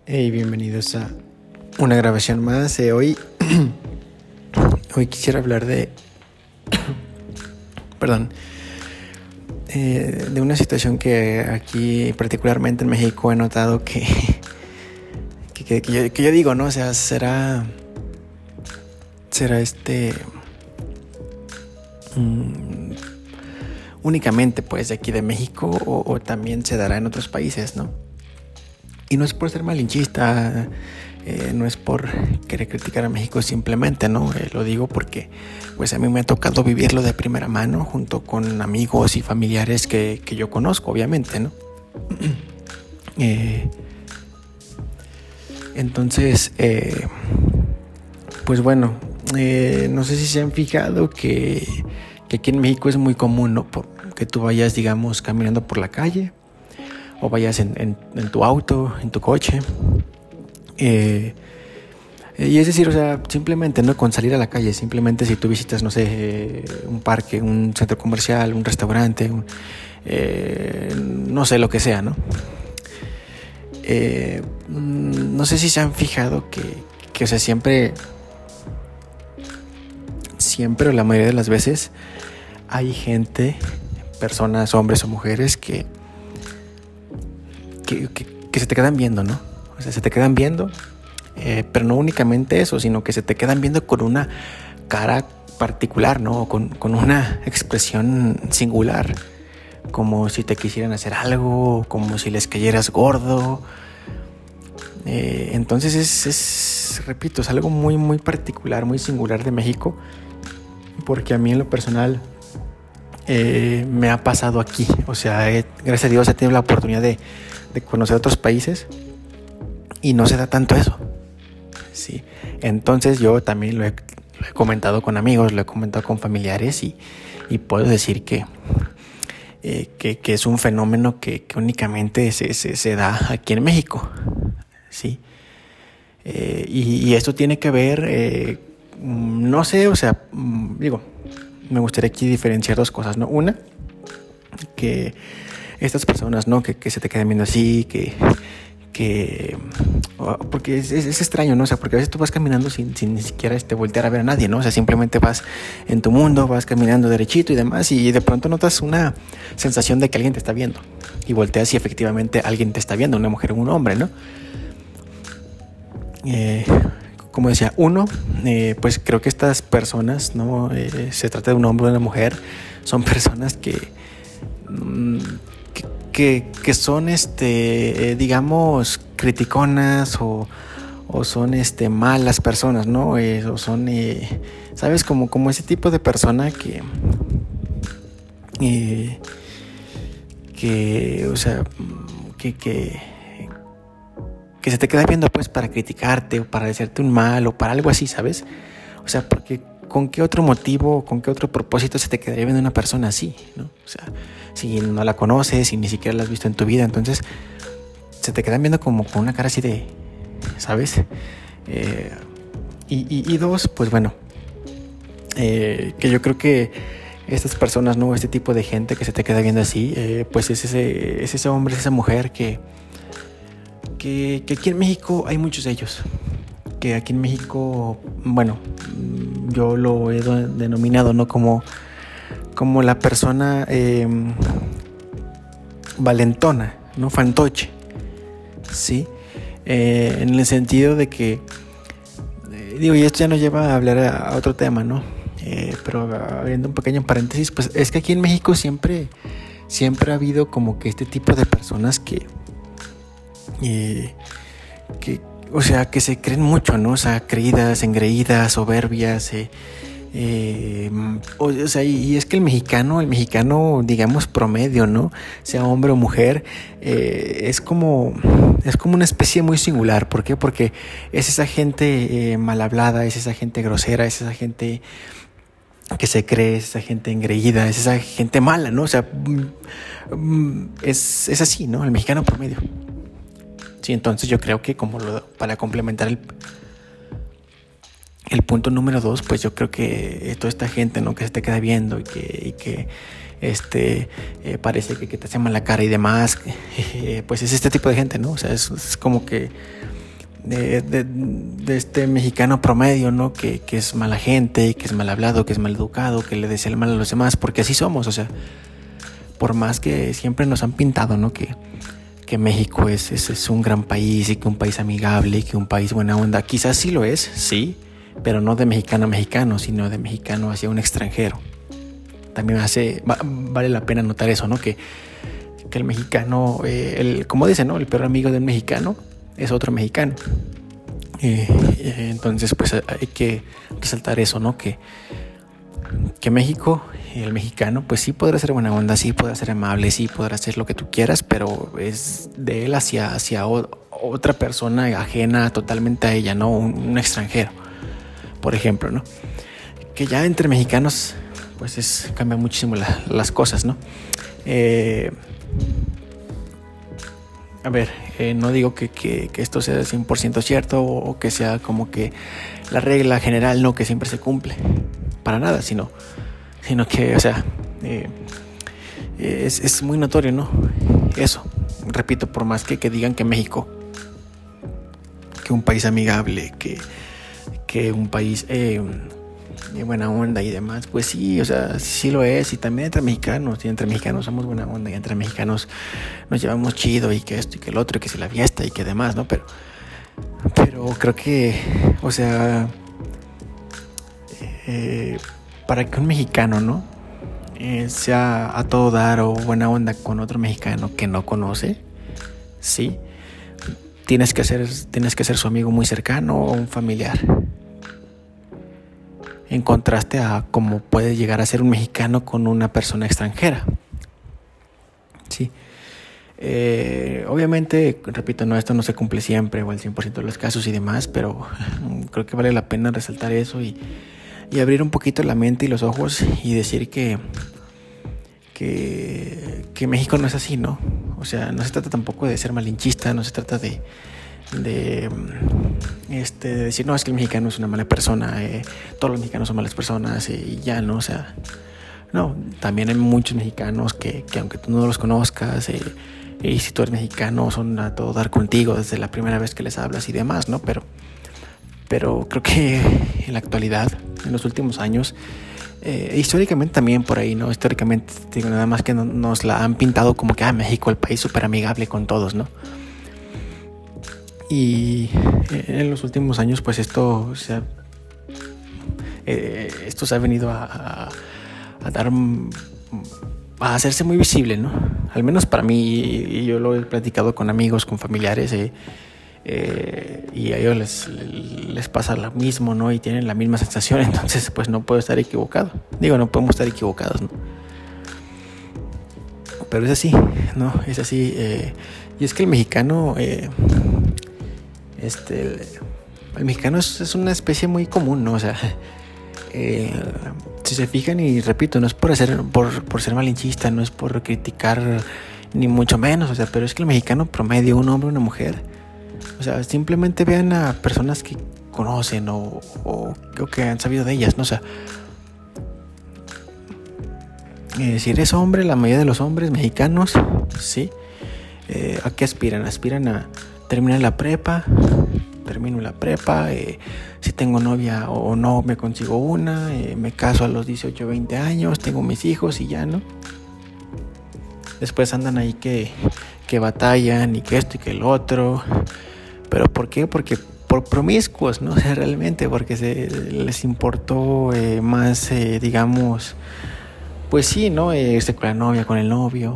Hey, bienvenidos a una grabación más. Hoy quisiera hablar perdón, de una situación que aquí, particularmente en México, he notado que yo digo, ¿no? O sea, será únicamente pues de aquí de México o también se dará en otros países, ¿no? Y no es por ser malinchista, no es por querer criticar a México simplemente, ¿no? Lo digo porque pues a mí me ha tocado vivirlo de primera mano junto con amigos y familiares que yo conozco, obviamente, ¿no? Entonces, pues bueno, no sé si se han fijado que aquí en México es muy común, ¿no? Que tú vayas, digamos, caminando por la calle o vayas en tu auto, en tu coche. Y es decir, o sea, simplemente, ¿no? Con salir a la calle, simplemente si tú visitas, no sé, un parque, un centro comercial, un restaurante, no sé, lo que sea, ¿no? No sé si se han fijado que o sea, siempre o la mayoría de las veces hay gente, personas, hombres o mujeres que se te quedan viendo, ¿no? O sea, se te quedan viendo, pero no únicamente eso, sino que se te quedan viendo con una cara particular, ¿no? Con una expresión singular, como si te quisieran hacer algo, como si les cayeras gordo. Entonces repito, es algo muy, muy particular, muy singular de México, porque a mí en lo personal me ha pasado aquí. O sea, gracias a Dios he tenido la oportunidad de conocer otros países y no se da tanto eso, ¿sí? Entonces yo también lo he comentado con amigos, lo he comentado con familiares y puedo decir que es un fenómeno que únicamente se da aquí en México, ¿sí? Y esto tiene que ver, no sé, o sea, digo, me gustaría aquí diferenciar dos cosas, ¿no? Una, que estas personas, ¿no? Que se te quedan viendo así, porque es extraño, ¿no? O sea, porque a veces tú vas caminando sin ni siquiera voltear a ver a nadie, ¿no? O sea, simplemente vas en tu mundo, vas caminando derechito y demás, y de pronto notas una sensación de que alguien te está viendo. Y volteas y efectivamente alguien te está viendo, una mujer o un hombre, ¿no? Como decía, pues creo que estas personas, ¿no? Se trata de un hombre o una mujer, son personas que son, digamos, criticonas o son, malas personas, ¿no? O son, ¿sabes? Como ese tipo de persona o sea, que se te queda viendo, pues, para criticarte o para decirte un mal o para algo así, ¿sabes? O sea, porque ¿con qué otro motivo, con qué otro propósito se te quedaría viendo una persona así, ¿no? O sea, si no la conoces, si ni siquiera la has visto en tu vida, entonces se te quedan viendo como con una cara así de, ¿sabes? Y dos, pues bueno, que yo creo que estas personas, ¿no? Este tipo de gente que se te queda viendo así, pues es ese hombre, es esa mujer que aquí en México hay muchos de ellos. Que aquí en México, bueno, yo lo he denominado, ¿no? Como la persona valentona, ¿no? Fantoche, ¿sí? En el sentido de que, digo, y esto ya nos lleva a hablar a otro tema, ¿no? Pero abriendo un pequeño paréntesis, pues es que aquí en México siempre ha habido como que este tipo de personas que o sea, que se creen mucho, ¿no? O sea, creídas, engreídas, soberbias, o sea, y es que el mexicano, digamos, promedio, ¿no? Sea hombre o mujer, es como una especie muy singular. ¿Por qué? Porque es esa gente mal hablada, es esa gente grosera, es esa gente que se cree, es esa gente engreída, es esa gente mala, ¿no? O sea, es así, ¿no? El mexicano promedio. Sí, entonces yo creo que para complementar el punto número 2, pues yo creo que toda esta gente, ¿no? Que se te queda viendo y que parece que te hace mal la cara y demás, pues es este tipo de gente, ¿no? O sea, es como que de este mexicano promedio, ¿no? Que es mala gente, que es mal hablado, que es mal educado, que le desea el mal a los demás, porque así somos, o sea, por más que siempre nos han pintado, ¿no? Que México es un gran país y que un país amigable y que un país buena onda. Quizás sí lo es, sí, pero no de mexicano a mexicano, sino de mexicano hacia un extranjero. También vale la pena notar eso, ¿no? Que el mexicano, como dicen, ¿no? El peor amigo de un mexicano es otro mexicano. Entonces, pues hay que resaltar eso, ¿no? Que México, el mexicano, pues sí podrá ser buena onda, sí podrá ser amable, sí podrá hacer lo que tú quieras, pero es de él hacia otra persona ajena totalmente a ella, ¿no? Un extranjero, por ejemplo, ¿no? Que ya entre mexicanos, pues cambia muchísimo las cosas, ¿no? A ver, no digo que esto sea 100% cierto o que sea como que la regla general, no, que siempre se cumple, para nada, sino que, o sea, es muy notorio, ¿no? Eso, repito, por más que digan que México, que un país amigable, que un país de buena onda y demás, pues sí, o sea, sí lo es. Y también entre mexicanos somos buena onda, y entre mexicanos nos llevamos chido, y que esto y que el otro, y que si la fiesta y que demás, ¿no? Pero creo que, o sea, para que un mexicano, ¿no? Sea a todo dar o buena onda con otro mexicano que no conoce, sí, tienes que ser su amigo muy cercano o un familiar, en contraste a cómo puede llegar a ser un mexicano con una persona extranjera. Sí. Obviamente, repito, no, esto no se cumple siempre o el 100% de los casos y demás, pero creo que vale la pena resaltar eso y abrir un poquito la mente y los ojos y decir que México no es así, ¿no? O sea, no se trata tampoco de ser malinchista, no se trata de decir, no, es que el mexicano es una mala persona, todos los mexicanos son malas personas y ya, ¿no? O sea, no, también hay muchos mexicanos que aunque tú no los conozcas, y si tú eres mexicano, son a todo dar contigo desde la primera vez que les hablas y demás, ¿no? Pero creo que en la actualidad, en los últimos años, históricamente también por ahí, ¿no? Históricamente, digo, nada más que nos la han pintado como que, México, el país súper amigable con todos, ¿no? Y en los últimos años, pues esto se ha venido a hacerse muy visible, ¿no? Al menos para mí, y yo lo he platicado con amigos, con familiares, y a ellos les pasa lo mismo, ¿no? Y tienen la misma sensación, entonces pues no puedo estar equivocado. Digo, no podemos estar equivocados, ¿no? Pero es así, ¿no? Es así. Y es que el mexicano, el mexicano es una especie muy común, ¿no? O sea, si se fijan, y repito, no es por ser malinchista, no es por criticar, ni mucho menos, o sea, pero es que el mexicano promedio, un hombre, una mujer, o sea, simplemente vean a personas que conocen o que han sabido de ellas, ¿no? O sea, si eres hombre, la mayoría de los hombres mexicanos, ¿sí? ¿A qué aspiran? Aspiran a terminar la prepa. Termino la prepa, si tengo novia o no, me consigo una, me caso a los 18, 20 años, tengo mis hijos y ya, ¿no? Después andan ahí que batallan y que esto y que el otro. ¿Pero por qué? Porque por promiscuos, ¿no? O sea, realmente, porque les importó más, digamos, pues sí, ¿no? Irse con la novia, con el novio.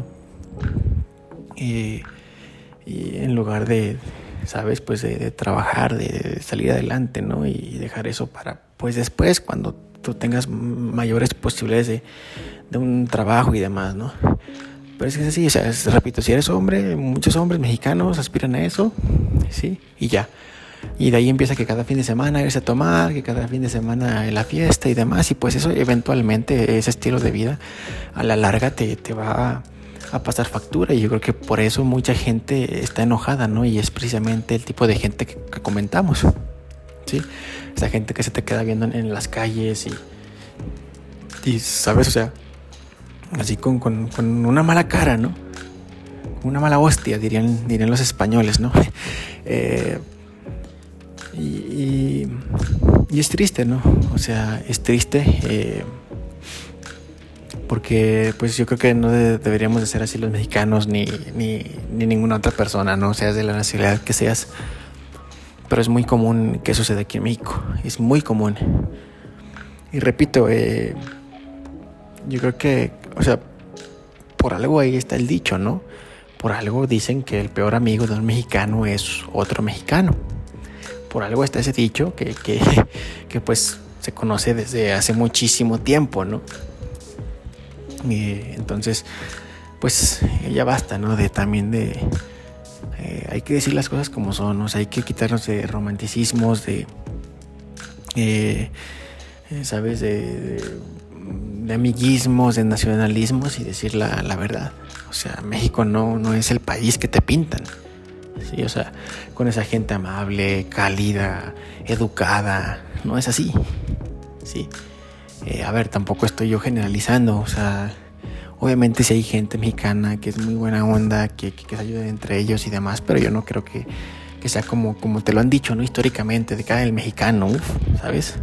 Y en lugar de, ¿sabes? Pues de trabajar, de salir adelante, ¿no? Y dejar eso para, pues después, cuando tú tengas mayores posibilidades de un trabajo y demás, ¿no? Pero es que es así, o sea, repito, si eres hombre, muchos hombres mexicanos aspiran a eso, ¿sí? Y ya. Y de ahí empieza que cada fin de semana irse a tomar, que cada fin de semana la fiesta y demás, y pues eso eventualmente, ese estilo de vida, a la larga te va a pasar factura, y yo creo que por eso mucha gente está enojada, ¿no? Y es precisamente el tipo de gente que comentamos, ¿sí? Esa gente que se te queda viendo en las calles y ¿sabes? O sea, así con una mala cara, ¿no? Una mala hostia, dirían los españoles, ¿no? Y, y es triste, ¿no? O sea, es triste porque pues yo creo que no deberíamos de ser así los mexicanos ni ninguna otra persona, ¿no? Seas de la nacionalidad que seas. Pero es muy común que suceda aquí en México. Es muy común. Y repito, yo creo que, o sea, por algo ahí está el dicho, ¿no? Por algo dicen que el peor amigo de un mexicano es otro mexicano. Por algo está ese dicho que pues se conoce desde hace muchísimo tiempo, ¿no? Entonces, pues ya basta, ¿no? Hay que decir las cosas como son, o sea, hay que quitarnos de romanticismos, ¿sabes? De amiguismos, de nacionalismos y decir la verdad. O sea, México no es el país que te pintan. Sí, o sea, con esa gente amable, cálida, educada, no es así. Sí. A ver, tampoco estoy yo generalizando, o sea, obviamente si hay gente mexicana que es muy buena onda, que se ayuda entre ellos y demás, pero yo no creo que sea como te lo han dicho, ¿no? Históricamente, de cada el mexicano, ¿sabes?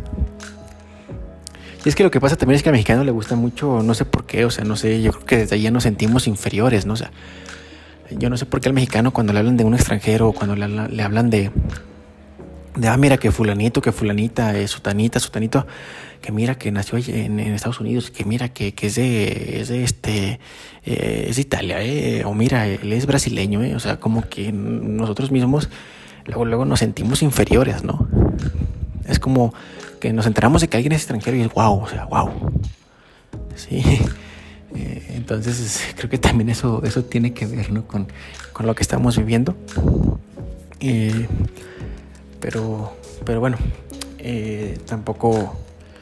Y es que lo que pasa también es que al mexicano le gusta mucho, no sé por qué, o sea, no sé, yo creo que desde ahí ya nos sentimos inferiores, ¿no? O sea, yo no sé por qué al mexicano cuando le hablan de un extranjero o cuando le hablan de mira que fulanito, que fulanita, sutanito, que mira que nació en Estados Unidos, que mira que es de Italia, o mira, él es brasileño, o sea, como que nosotros mismos luego nos sentimos inferiores, ¿no? Es como que nos enteramos de que alguien es extranjero y es wow, o sea, wow. Sí. Entonces creo que también eso tiene que ver, ¿no? con lo que estamos viviendo. Pero bueno, tampoco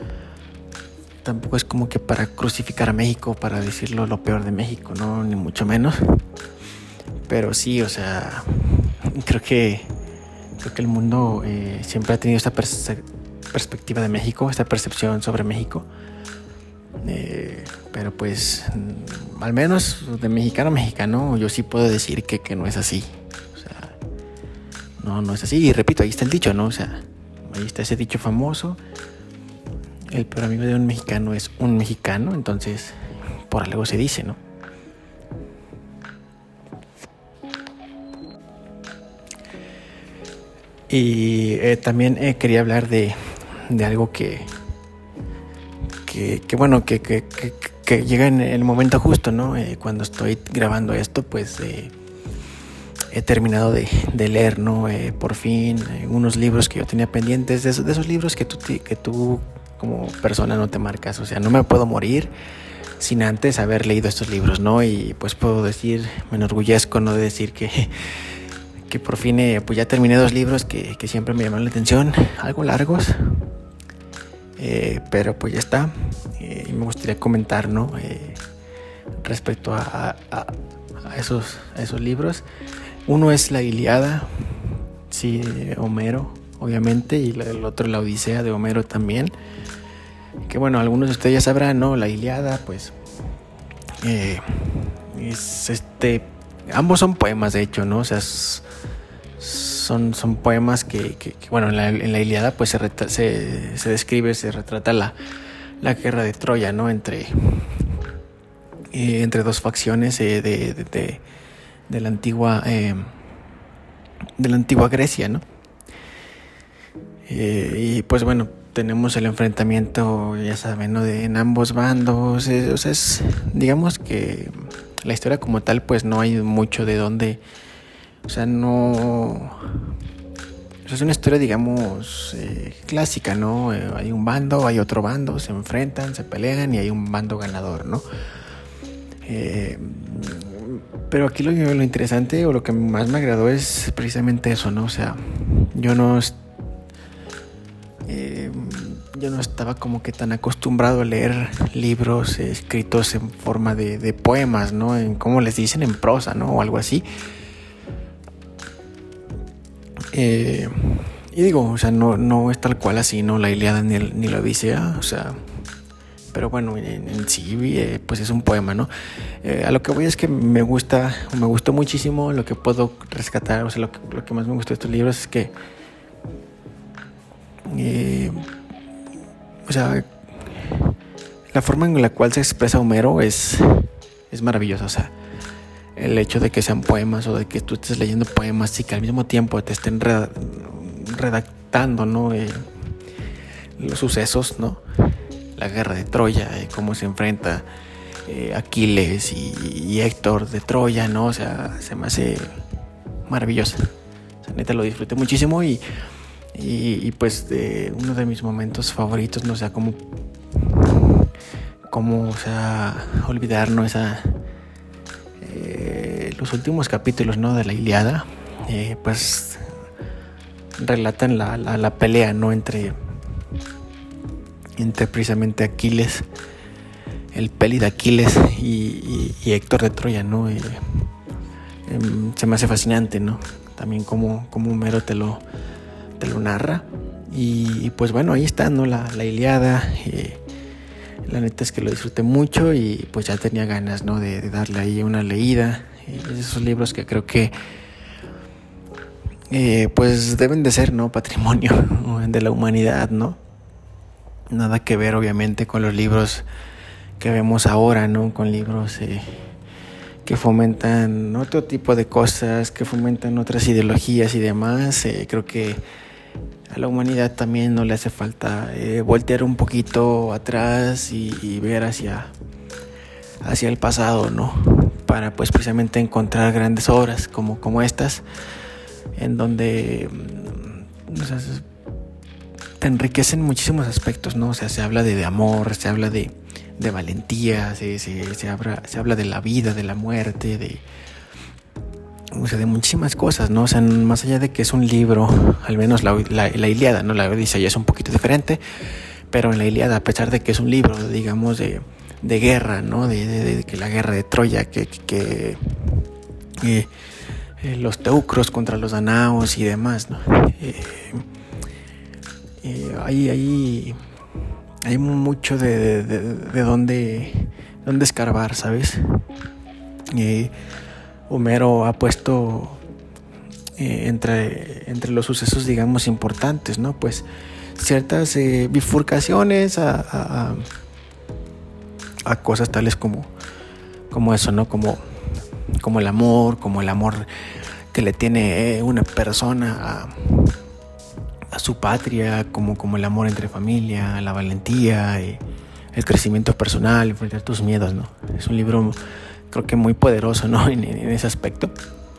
es como que para crucificar a México, para decirlo lo peor de México, ¿no? Ni mucho menos. Pero sí, o sea, creo que el mundo siempre ha tenido esta perspectiva de México, esta percepción sobre México. Pero pues, al menos de mexicano a mexicano, yo sí puedo decir que no es así. O sea, no es así. Y repito, ahí está el dicho, ¿no? O sea, ahí está ese dicho famoso. El peor amigo de un mexicano es un mexicano. Entonces, por algo se dice, ¿no? Y también quería hablar de algo que bueno, que llega en el momento justo, ¿no? Cuando estoy grabando esto, pues he terminado de leer, ¿no? Por fin, unos libros que yo tenía pendientes, de esos libros que tú como persona no te marcas. O sea, no me puedo morir sin antes haber leído estos libros, ¿no? Y pues puedo decir, me enorgullezco, ¿no? De decir que por fin pues ya terminé 2 libros que siempre me llamaron la atención, algo largos. Pero pues ya está. Y me gustaría comentar, ¿no? Respecto a esos libros. Uno es la Ilíada, sí, de Homero, obviamente, y el otro la Odisea de Homero también. Que bueno, algunos de ustedes ya sabrán, ¿no? La Ilíada, pues es ambos son poemas, de hecho, ¿no? O sea, son poemas que bueno, en la Ilíada pues se describe, se retrata la guerra de Troya, ¿no? Entre 2 facciones de la antigua Grecia, ¿no? Y pues bueno, tenemos el enfrentamiento, ya saben, ¿no? En ambos bandos. O sea, digamos que la historia como tal pues no hay mucho de dónde. O sea, no. Es una historia, digamos, clásica, ¿no? Hay un bando, hay otro bando, se enfrentan, se pelean y hay un bando ganador, ¿no? Pero aquí lo interesante o lo que más me agradó es precisamente eso, ¿no? O sea, yo no estaba como que tan acostumbrado a leer libros escritos en forma de poemas, ¿no? En cómo les dicen, en prosa, ¿no? O algo así. Y digo, o sea, no es tal cual así, ¿no? La Ilíada ni la Odisea, o sea, pero bueno, en sí, pues es un poema, ¿no? A lo que voy es que me gustó muchísimo. Lo que puedo rescatar, o sea, lo que más me gustó de estos libros es que O sea, la forma en la cual se expresa Homero es maravillosa. O sea, el hecho de que sean poemas o de que tú estés leyendo poemas y que al mismo tiempo te estén redactando, ¿no? Los sucesos, ¿no? La guerra de Troya, cómo se enfrenta Aquiles y Héctor de Troya, ¿no? O sea, se me hace maravillosa. O sea, neta lo disfruté muchísimo y pues uno de mis momentos favoritos, no sé, cómo o sea, olvidar, ¿no? Los últimos capítulos, ¿no? De la Ilíada, pues relatan la pelea, ¿no? Entre precisamente Aquiles, el peli de Aquiles y Héctor de Troya, ¿no? Se me hace fascinante, ¿no? También como Homero te lo narra. Y pues bueno, ahí está, ¿no? La Ilíada. La neta es que lo disfruté mucho y pues ya tenía ganas, ¿no? De darle ahí una leída. Esos libros que creo que pues deben de ser, ¿no? Patrimonio de la humanidad, ¿no? Nada que ver, obviamente, con los libros que vemos ahora, ¿no? Con libros que fomentan otro tipo de cosas, que fomentan otras ideologías y demás. Creo que a la humanidad también no le hace falta voltear un poquito atrás y ver hacia el pasado, ¿no? Para pues precisamente encontrar grandes obras como estas, en donde o sea, te enriquecen muchísimos aspectos, ¿no? O sea, se habla de amor, se habla de valentía, se habla de la vida, de la muerte, o sea, de muchísimas cosas, ¿no? O sea, más allá de que es un libro, al menos la Ilíada, ¿no? La Odisea ya es un poquito diferente, pero en la Ilíada, a pesar de que es un libro, digamos, de guerra, ¿no? De que la guerra de Troya, que los teucros contra los danaos y demás, ¿no? Hay mucho de dónde escarbar, ¿sabes? Homero ha puesto entre los sucesos, digamos, importantes, ¿no? Pues ciertas bifurcaciones a cosas tales como eso, ¿no? Como el amor que le tiene una persona a su patria, como el amor entre familia, la valentía, el crecimiento personal, enfrentar tus miedos, ¿no? Es un libro, creo que muy poderoso, ¿no? En ese aspecto.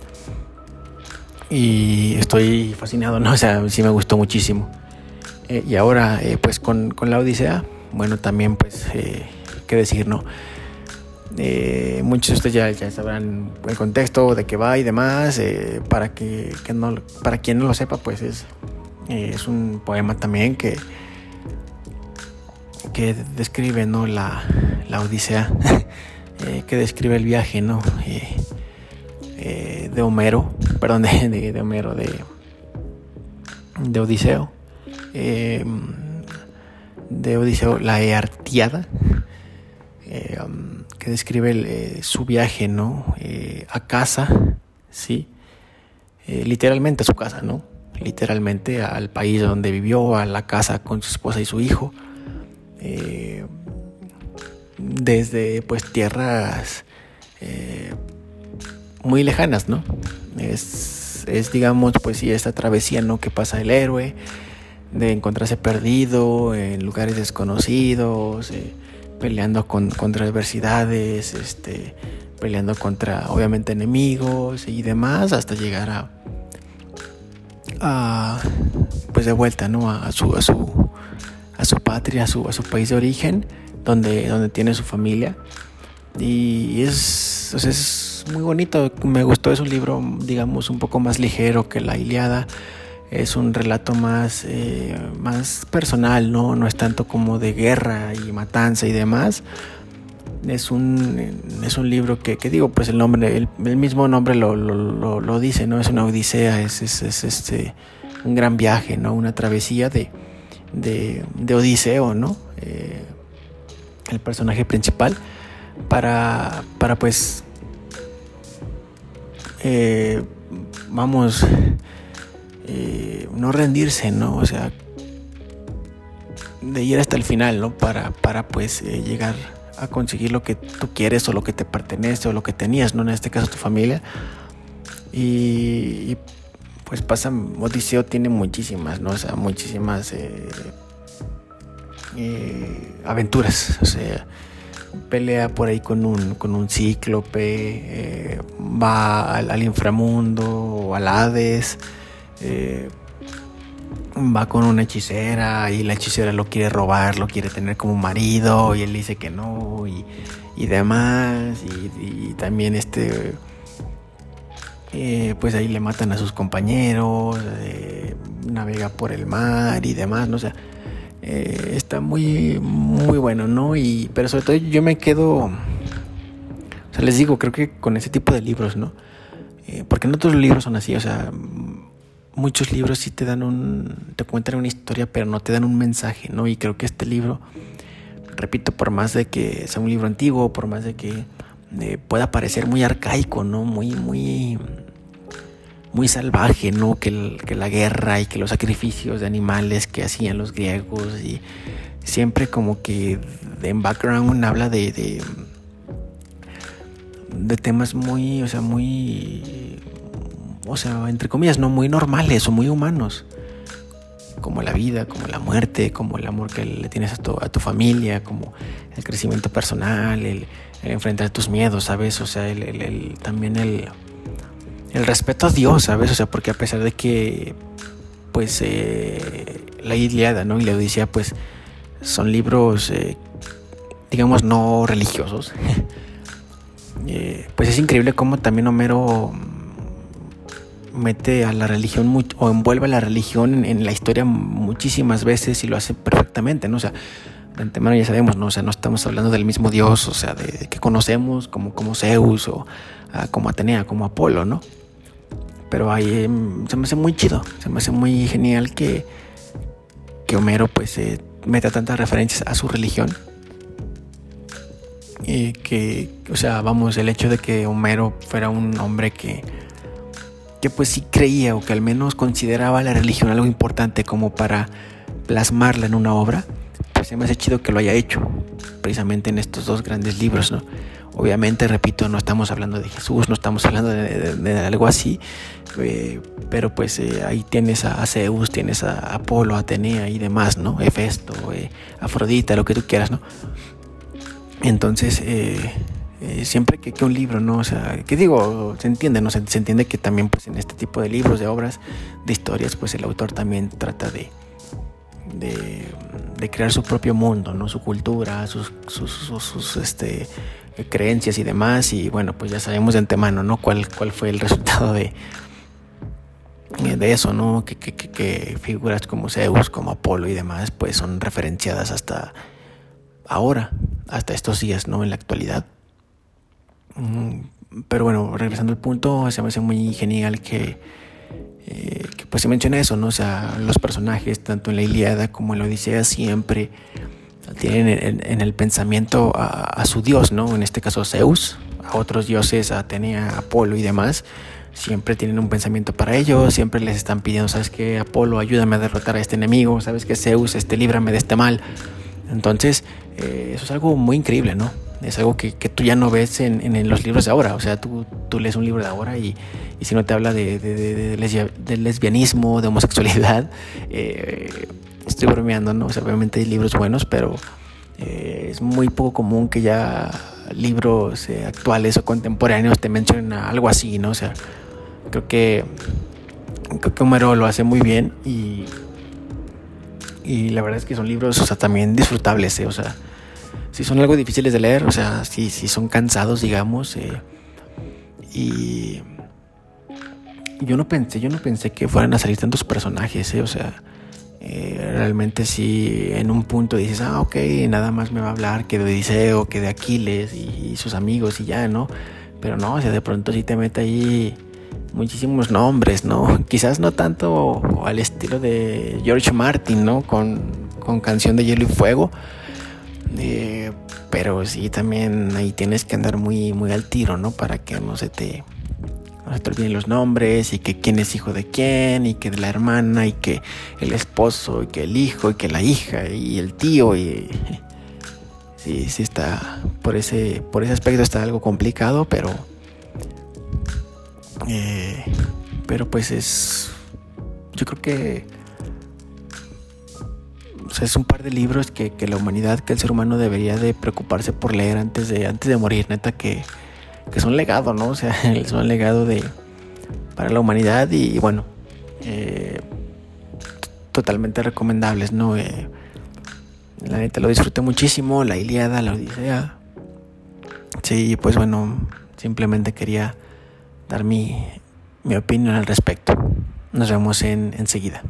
Y estoy fascinado, ¿no? O sea, sí me gustó muchísimo. Y ahora, pues con la Odisea, bueno, también, pues, qué decir, ¿no? Muchos de ustedes ya sabrán el contexto de qué va y demás. Para quien no lo sepa, pues es un poema también que describe, ¿no? la Odisea, que describe el viaje, ¿no? De Homero, perdón, de Homero, de Odiseo, la Eartiada, que describe su viaje, ¿no? A casa, ¿sí? Literalmente a su casa, ¿no? Literalmente al país donde vivió, a la casa con su esposa y su hijo, desde pues tierras muy lejanas, ¿no? Es digamos, pues sí, esta travesía, ¿no? Que pasa el héroe, de encontrarse perdido en lugares desconocidos, peleando contra adversidades, peleando contra, obviamente, enemigos y demás, hasta llegar pues de vuelta, ¿no? A su patria, a su país de origen, donde tiene su familia. Y es muy bonito, me gustó. Es un libro, digamos, un poco más ligero que la Ilíada. Es un relato más personal, ¿no? No es tanto como de guerra y matanza y demás. Es un libro que digo, pues el nombre, el mismo nombre lo dice, ¿no? Es una odisea, es un gran viaje, ¿no? Una travesía de Odiseo, ¿no? El personaje principal para pues vamos, no rendirse, ¿no? O sea, de ir hasta el final, ¿no? Para pues llegar a conseguir lo que tú quieres o lo que te pertenece o lo que tenías, ¿no? En este caso tu familia. Y pues pasa, Odiseo tiene muchísimas, ¿no? O sea, muchísimas aventuras. O sea, pelea por ahí con un cíclope, va al inframundo o al Hades, va con una hechicera y la hechicera lo quiere robar, lo quiere tener como marido y él dice que no y demás y también pues ahí le matan a sus compañeros, navega por el mar y demás, ¿no? O sea, está muy muy bueno, ¿no? Pero sobre todo yo me quedo, o sea, les digo, creo que con ese tipo de libros, ¿no? Porque no todos los libros son así, o sea, muchos libros sí te cuentan una historia, pero no te dan un mensaje, ¿no? Y creo que este libro, repito, por más de que sea un libro antiguo, por más de que pueda parecer muy arcaico, ¿no? Muy salvaje, ¿no? Que la guerra y que los sacrificios de animales que hacían los griegos y siempre como que en background habla de temas muy, o sea, entre comillas, no muy normales o muy humanos, como la vida, como la muerte, como el amor que le tienes a tu familia, como el crecimiento personal, el enfrentar tus miedos, ¿sabes? O sea, también el respeto a Dios, ¿sabes? O sea, porque a pesar de que, pues, la Ilíada, ¿no? Y la Odisea, pues, son libros, digamos, no religiosos, pues es increíble cómo también Homero mete a la religión o envuelve a la religión en la historia muchísimas veces y lo hace perfectamente, ¿no? O sea, de antemano ya sabemos, ¿no? O sea, no estamos hablando del mismo Dios, o sea, de que conocemos como Zeus o como Atenea, como Apolo, ¿no? Pero ahí se me hace muy chido, se me hace muy genial que Homero pues meta tantas referencias a su religión. Y que, o sea, vamos, el hecho de que Homero fuera un hombre que pues sí creía o que al menos consideraba la religión algo importante como para plasmarla en una obra, pues se me hace chido que lo haya hecho precisamente en estos dos grandes libros, ¿no? Obviamente, repito, no estamos hablando de Jesús, no estamos hablando de algo así, pero pues ahí tienes a Zeus, tienes a Apolo, Atenea y demás, ¿no? Hefesto, Afrodita, lo que tú quieras, ¿no? Entonces, siempre que un libro, ¿no? O sea, ¿qué digo? Se entiende, ¿no? Se entiende que también pues en este tipo de libros, de obras, de historias, pues el autor también trata de crear su propio mundo, ¿no? Su cultura, sus creencias y demás. Y bueno, pues ya sabemos de antemano, ¿no? Cuál fue el resultado de eso, ¿no? Que figuras como Zeus, como Apolo y demás, pues son referenciadas hasta ahora, hasta estos días, ¿no? En la actualidad. Pero bueno, regresando al punto, se me hace muy genial que pues se menciona eso, ¿no? O sea, los personajes, tanto en la Ilíada como en la Odisea, siempre tienen en el pensamiento a su dios, ¿no? En este caso Zeus, a otros dioses, a Atenea, Apolo y demás. Siempre tienen un pensamiento para ellos, siempre les están pidiendo, ¿sabes qué? Apolo, ayúdame a derrotar a este enemigo, ¿sabes qué? Zeus, líbrame de este mal. Entonces, eso es algo muy increíble, ¿no? Es algo que tú ya no ves en los libros de ahora. O sea, tú lees un libro de ahora y si no te habla de lesbianismo, de homosexualidad, estoy bromeando, ¿no? O sea, obviamente hay libros buenos, pero es muy poco común que ya libros actuales o contemporáneos te mencionen algo así, ¿no? O sea, creo que Homero lo hace muy bien y la verdad es que son libros, o sea, también disfrutables, o sea, si son algo difíciles de leer, o sea, si son cansados, digamos, y yo no pensé que fueran a salir tantos personajes, o sea, realmente sí, en un punto dices, ok, nada más me va a hablar que de Odiseo, que de Aquiles y sus amigos y ya, ¿no? Pero no, o sea, de pronto sí te mete ahí muchísimos nombres, ¿no? Quizás no tanto al estilo de George Martin, ¿no? Con Canción de Hielo y Fuego, pero sí también ahí tienes que andar muy, muy al tiro, ¿no? Para que no se te no se te olviden los nombres, y que quién es hijo de quién, y que de la hermana, y que el esposo, y que el hijo, y que la hija, y el tío, y sí está, por ese aspecto está algo complicado, pero pues yo creo que, o sea, es un par de libros que la humanidad, que el ser humano debería de preocuparse por leer antes de morir, neta, que son legado, ¿no? O sea, son legado para la humanidad, y bueno, totalmente recomendables, ¿no? La neta lo disfruté muchísimo, la Ilíada, la Odisea. Sí, pues bueno, simplemente quería dar mi opinión al respecto. Nos vemos enseguida.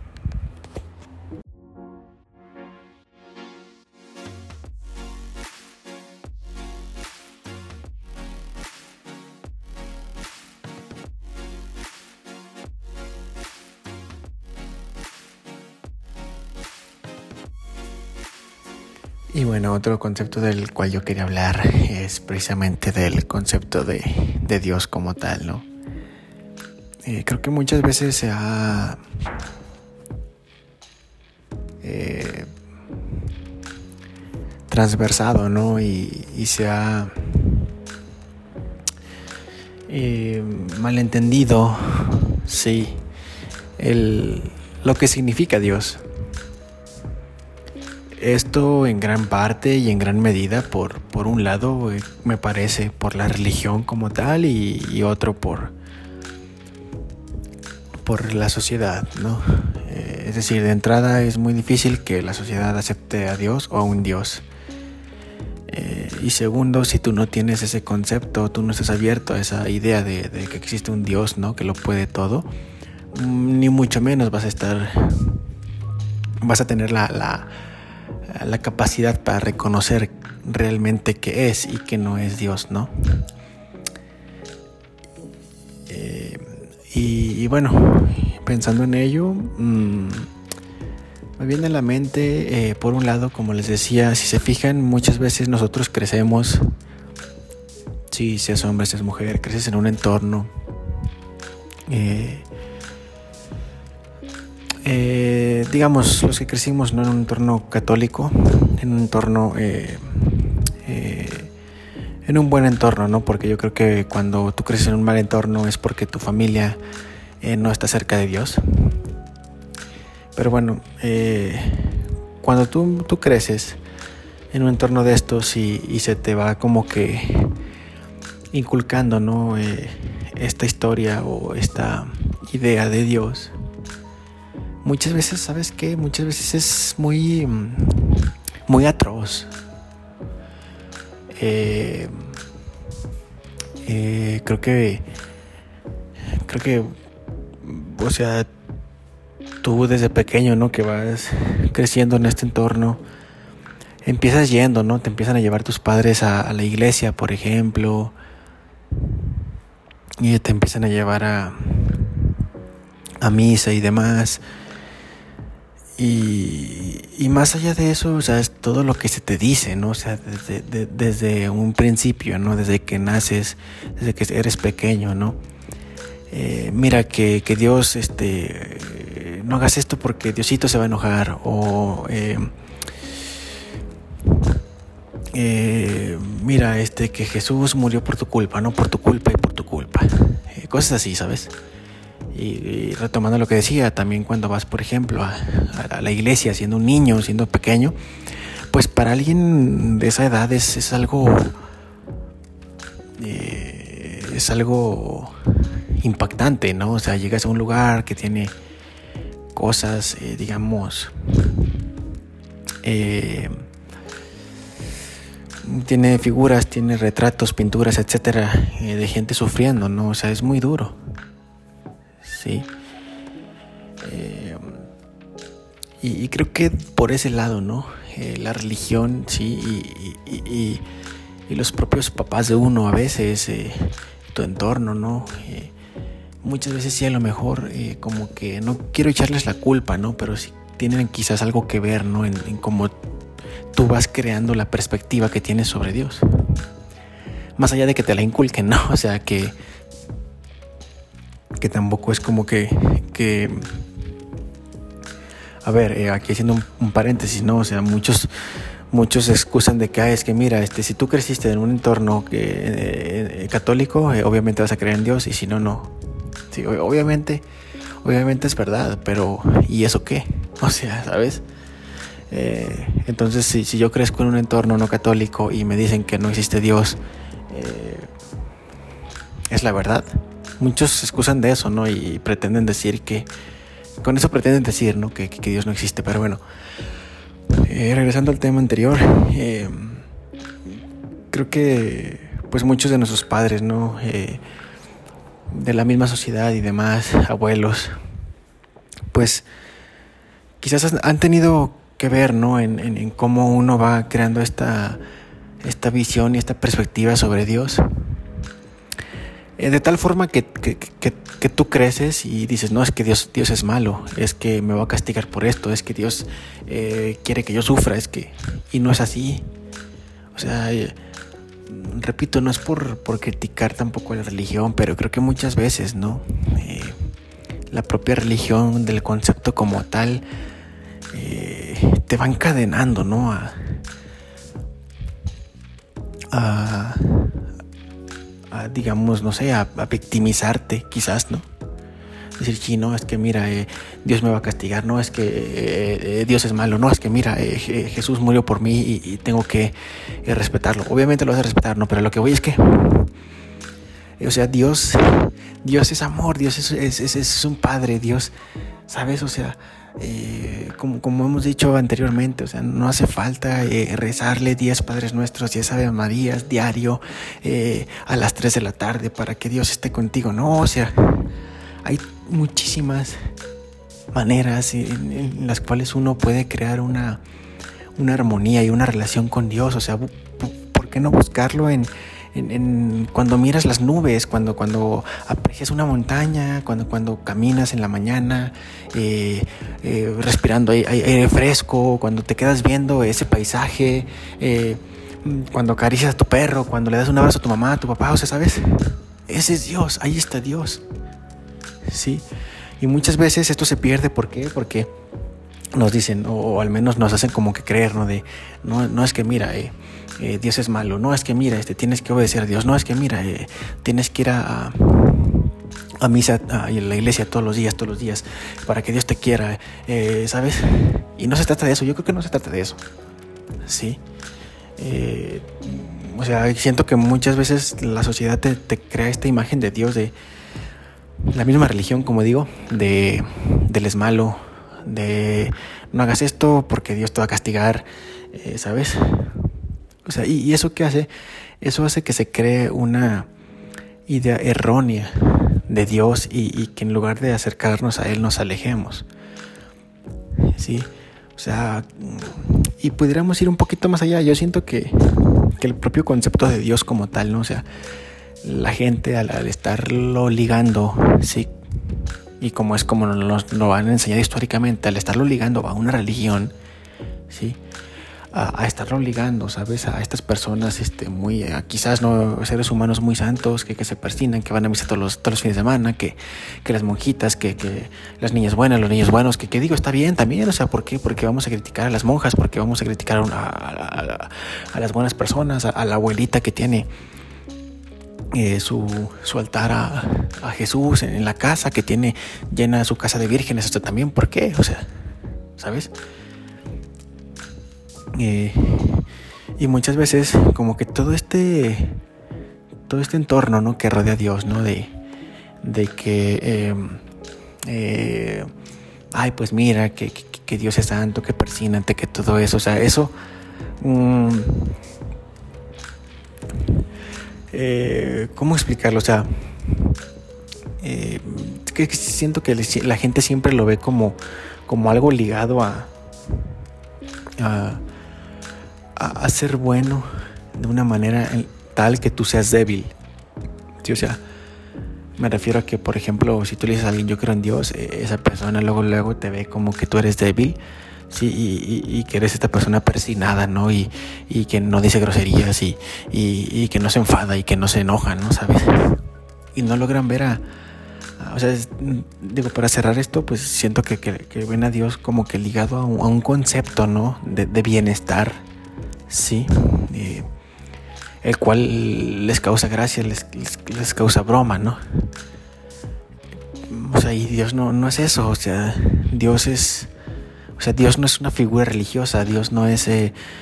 Y bueno, otro concepto del cual yo quería hablar es precisamente del concepto de Dios como tal, ¿no? Creo que muchas veces se ha transversado, ¿no? Y se ha malentendido, sí, lo que significa Dios. Esto en gran parte y en gran medida por un lado, me parece, por la religión como tal, y otro por la sociedad, ¿no? Es decir, de entrada es muy difícil que la sociedad acepte a Dios o a un Dios. Y segundo, si tú no tienes ese concepto, tú no estás abierto a esa idea de que existe un Dios, ¿no? Que lo puede todo, ni mucho menos vas a tener la capacidad para reconocer realmente qué es y qué no es Dios, ¿no? Y bueno, pensando en ello, me viene a la mente, por un lado, como les decía, si se fijan, muchas veces nosotros crecemos, si seas hombre, seas mujer, creces en un entorno digamos, los que crecimos no en un entorno católico, en un entorno en un buen entorno, ¿no? Porque yo creo que cuando tú creces en un mal entorno es porque tu familia no está cerca de Dios. Pero bueno, cuando tú creces en un entorno de estos y se te va como que inculcando, ¿no? Esta historia o esta idea de Dios, muchas veces, ¿sabes qué? Muchas veces es muy atroz. Creo que, o sea, tú desde pequeño, ¿no? Que vas creciendo en este entorno, empiezas yendo, ¿no? Te empiezan a llevar tus padres a la iglesia, por ejemplo, y te empiezan a llevar a misa y demás. Y más allá de eso, o sea, es todo lo que se te dice, ¿no? O sea, desde un principio, ¿no? Desde que naces, desde que eres pequeño, ¿no? Mira que Dios, no hagas esto porque Diosito se va a enojar, o mira, que Jesús murió por tu culpa, no por tu culpa y por tu culpa. Cosas así, ¿sabes? Y retomando lo que decía, también cuando vas, por ejemplo, a la iglesia siendo un niño, siendo pequeño, pues para alguien de esa edad es algo impactante, ¿no? O sea, llegas a un lugar que tiene cosas, digamos, tiene figuras, tiene retratos, pinturas, etcétera, de gente sufriendo, ¿no? O sea, es muy duro. Sí. Y creo que por ese lado, ¿no? La religión, sí, y los propios papás de uno a veces, tu entorno, ¿no? Muchas veces sí, a lo mejor, como que no quiero echarles la culpa, ¿no? Pero sí tienen quizás algo que ver, ¿no? En cómo tú vas creando la perspectiva que tienes sobre Dios. Más allá de que te la inculquen, ¿no? O sea, que que tampoco es como que a ver, aquí haciendo un paréntesis, ¿no? O sea, muchos se excusan de que, es que mira, si tú creciste en un entorno católico, obviamente vas a creer en Dios, y si no, no. Sí, obviamente es verdad, pero ¿y eso qué? O sea, ¿sabes? Entonces, si yo crezco en un entorno no católico y me dicen que no existe Dios, es la verdad. Muchos se excusan de eso, ¿no? Y pretenden decir con eso pretenden decir, ¿no? Que Dios no existe, pero bueno. Regresando al tema anterior, creo que pues muchos de nuestros padres, ¿no? De la misma sociedad y demás, abuelos, pues quizás han tenido que ver, ¿no? En cómo uno va creando esta visión y esta perspectiva sobre Dios. De tal forma que tú creces y dices, no, es que Dios es malo, es que me va a castigar por esto, es que Dios quiere que yo sufra, y no es así. O sea, repito, no es por criticar tampoco la religión, pero creo que muchas veces, ¿no? La propia religión del concepto como tal te va encadenando, ¿no? Digamos, no sé, a victimizarte, quizás, ¿no? Decir, sí, no, es que mira, Dios me va a castigar, no, es que Dios es malo, no, es que mira, Jesús murió por mí y tengo que respetarlo. Obviamente lo vas a respetar, ¿no? Pero lo que voy es que, o sea, Dios es amor, Dios es un padre, Dios, ¿sabes? O sea, como hemos dicho anteriormente, o sea, no hace falta rezarle 10 Padres Nuestros, 10 Ave Marías diario a las 3 de la tarde para que Dios esté contigo. No, o sea, hay muchísimas maneras en las cuales uno puede crear una armonía y una relación con Dios. O sea, ¿por qué no buscarlo en cuando miras las nubes, cuando aprecias una montaña, cuando caminas en la mañana, respirando aire fresco, cuando te quedas viendo ese paisaje, cuando acaricias a tu perro, cuando le das un abrazo a tu mamá, a tu papá? O sea, ¿sabes? Ese es Dios, ahí está Dios, ¿sí? Y muchas veces esto se pierde. ¿Por qué? Porque nos dicen, o al menos nos hacen como que creer, ¿no? No es que mira, Dios es malo, no es que mira, tienes que obedecer a Dios, no es que mira, tienes que ir a misa, a la iglesia todos los días para que Dios te quiera, ¿sabes? Y no se trata de eso, yo creo que no se trata de eso, ¿sí? O sea, siento que muchas veces la sociedad te crea esta imagen de Dios, de la misma religión, como digo, del es malo, de no hagas esto porque Dios te va a castigar, ¿sabes? O sea, ¿y eso qué hace? Eso hace que se cree una idea errónea de Dios y que en lugar de acercarnos a Él nos alejemos, ¿sí? O sea, y pudiéramos ir un poquito más allá. Yo siento que el propio concepto de Dios como tal, ¿no? O sea, la gente al estarlo ligando, ¿sí? Y como nos lo van a enseñar históricamente, al estarlo ligando a una religión, ¿sí? A estarlo ligando, ¿sabes? A estas personas muy, quizás no seres humanos muy santos, que se persignan, que van a misa todos los fines de semana, que las monjitas, que las niñas buenas, los niños buenos, que digo, está bien también. O sea, ¿por qué? Porque vamos a criticar a las monjas, porque vamos a criticar a las buenas personas, a la abuelita que tiene su altar a Jesús en la casa, que tiene llena su casa de vírgenes. Esto también, ¿por qué? O sea, ¿sabes? Y muchas veces como que todo este entorno, ¿no? Que rodea a Dios, ¿no? De que ay, pues mira que Dios es santo, que persínate, que todo eso, o sea, eso ¿cómo explicarlo? O sea, que siento que la gente siempre lo ve como algo ligado a ser bueno de una manera tal que tú seas débil, ¿sí? O sea, me refiero a que, por ejemplo, si tú le dices a alguien yo creo en Dios, esa persona luego te ve como que tú eres débil, ¿sí? Y que eres esta persona persignada, ¿no? Y que no dice groserías y que no se enfada y que no se enoja, ¿no? ¿Sabes? Y no logran ver a O sea, digo, para cerrar esto, pues siento que ven a Dios como que ligado a un concepto, ¿no? De bienestar, ¿sí? El cual les causa gracia, les causa broma, ¿no? O sea, y Dios no es eso, o sea, Dios no es una figura religiosa, Dios no es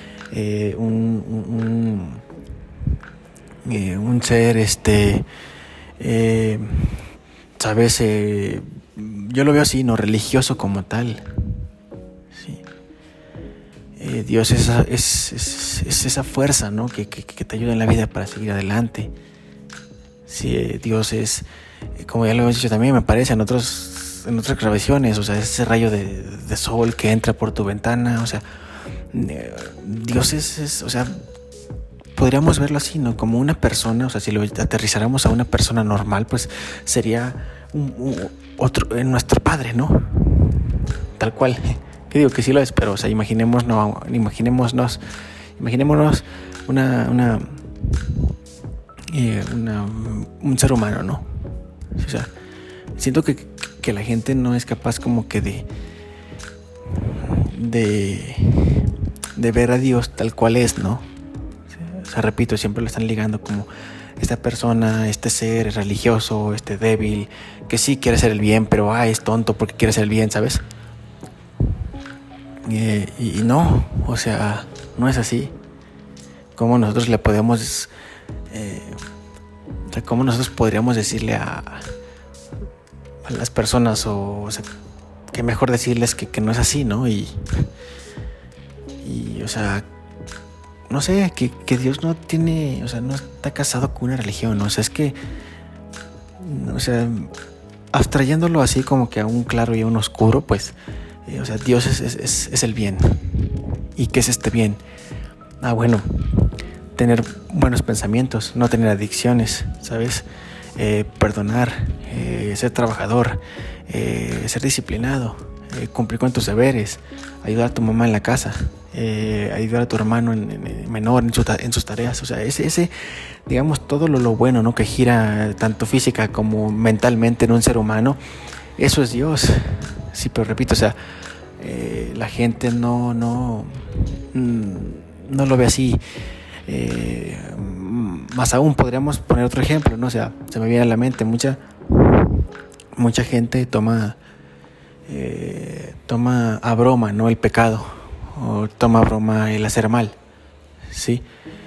un ser, ¿sabes? Yo lo veo así, no religioso como tal. Sí. Dios es esa fuerza, ¿no? Que te ayuda en la vida para seguir adelante. Sí, Dios es, como ya lo hemos dicho también, me parece en otras grabaciones, o sea, ese rayo de sol que entra por tu ventana, o sea, Dios o sea, podríamos verlo así, ¿no? Como una persona, o sea, si lo aterrizáramos a una persona normal, pues sería nuestro padre, ¿no? Tal cual. Que digo que sí lo es, pero, o sea, imaginémonos un ser humano, ¿no? O sea, siento que la gente no es capaz como que de ver a Dios tal cual es, ¿no? O sea, repito, siempre lo están ligando como esta persona, este ser religioso, débil, que sí quiere hacer el bien, pero es tonto porque quiere hacer el bien, ¿sabes? Y no, o sea, no es así. ¿Cómo nosotros le podemos... o sea, cómo nosotros podríamos decirle a las personas, o sea, que mejor decirles que no es así, ¿no? Y o sea, no sé, que Dios no tiene, o sea, no está casado con una religión, ¿no? O sea, es que, o sea, abstrayéndolo así como que a un claro y a un oscuro, pues, o sea, Dios es el bien. ¿Y qué es este bien? Bueno, tener buenos pensamientos, no tener adicciones, ¿sabes? Perdonar, ser trabajador, ser disciplinado, cumplir con tus deberes, ayudar a tu mamá en la casa, ayudar a tu hermano menor en sus tareas. O sea, ese digamos, todo lo bueno, ¿no? Que gira tanto física como mentalmente en un ser humano, eso es Dios. Sí, pero repito, o sea, la gente no lo ve así. Más aún podríamos poner otro ejemplo, ¿no? O sea, se me viene a la mente mucha gente toma a broma, ¿no? El pecado, o toma a broma el hacer mal, ¿sí?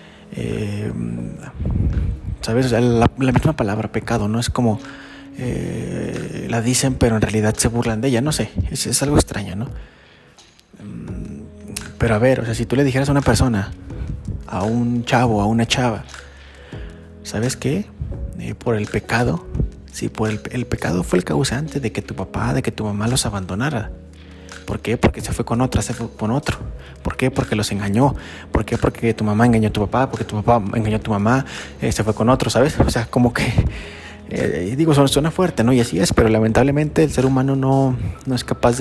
¿Sabes? O sea, la misma palabra pecado, ¿no? Es como la dicen, pero en realidad se burlan de ella, no sé, es algo extraño, ¿no? Pero a ver, o sea, si tú le dijeras a una persona, a un chavo, a una chava, ¿sabes qué? Por el pecado, sí, por el pecado fue el causante de que tu papá, de que tu mamá los abandonara. ¿Por qué? Porque se fue con otra, se fue con otro. ¿Por qué? Porque los engañó. ¿Por qué? Porque tu mamá engañó a tu papá, porque tu papá engañó a tu mamá, se fue con otro, ¿sabes? O sea, como que, digo, suena fuerte, ¿no? Y así es, pero lamentablemente el ser humano no es capaz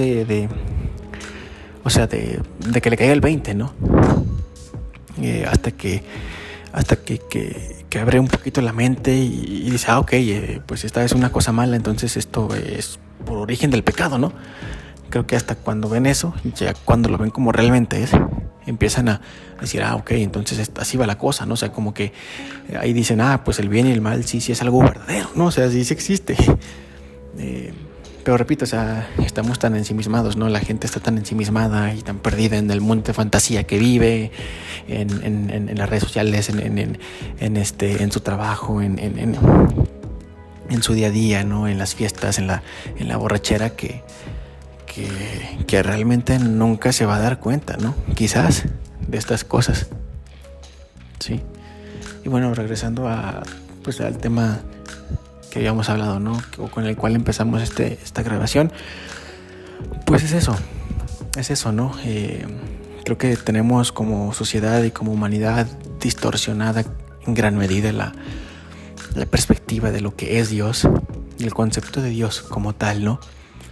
o sea, de que le caiga el 20, ¿no? Hasta que abre un poquito la mente y dice, ok, pues esta es una cosa mala, entonces esto es por origen del pecado, ¿no? Creo que hasta cuando ven eso, ya cuando lo ven como realmente es, empiezan a decir, ok, entonces así va la cosa, ¿no? O sea, como que ahí dicen, pues el bien y el mal sí es algo verdadero, ¿no? O sea, sí existe. Pero repito, o sea, estamos tan ensimismados, ¿no? La gente está tan ensimismada y tan perdida en el mundo de fantasía que vive, en las redes sociales, en su trabajo, en su día a día, ¿no? En las fiestas, en la borrachera, que realmente nunca se va a dar cuenta, ¿no? Quizás de estas cosas. Sí. Y bueno, regresando al tema que habíamos hablado, ¿no? O con el cual empezamos esta grabación, pues es eso, ¿no? Creo que tenemos como sociedad y como humanidad distorsionada en gran medida la perspectiva de lo que es Dios y el concepto de Dios como tal, ¿no?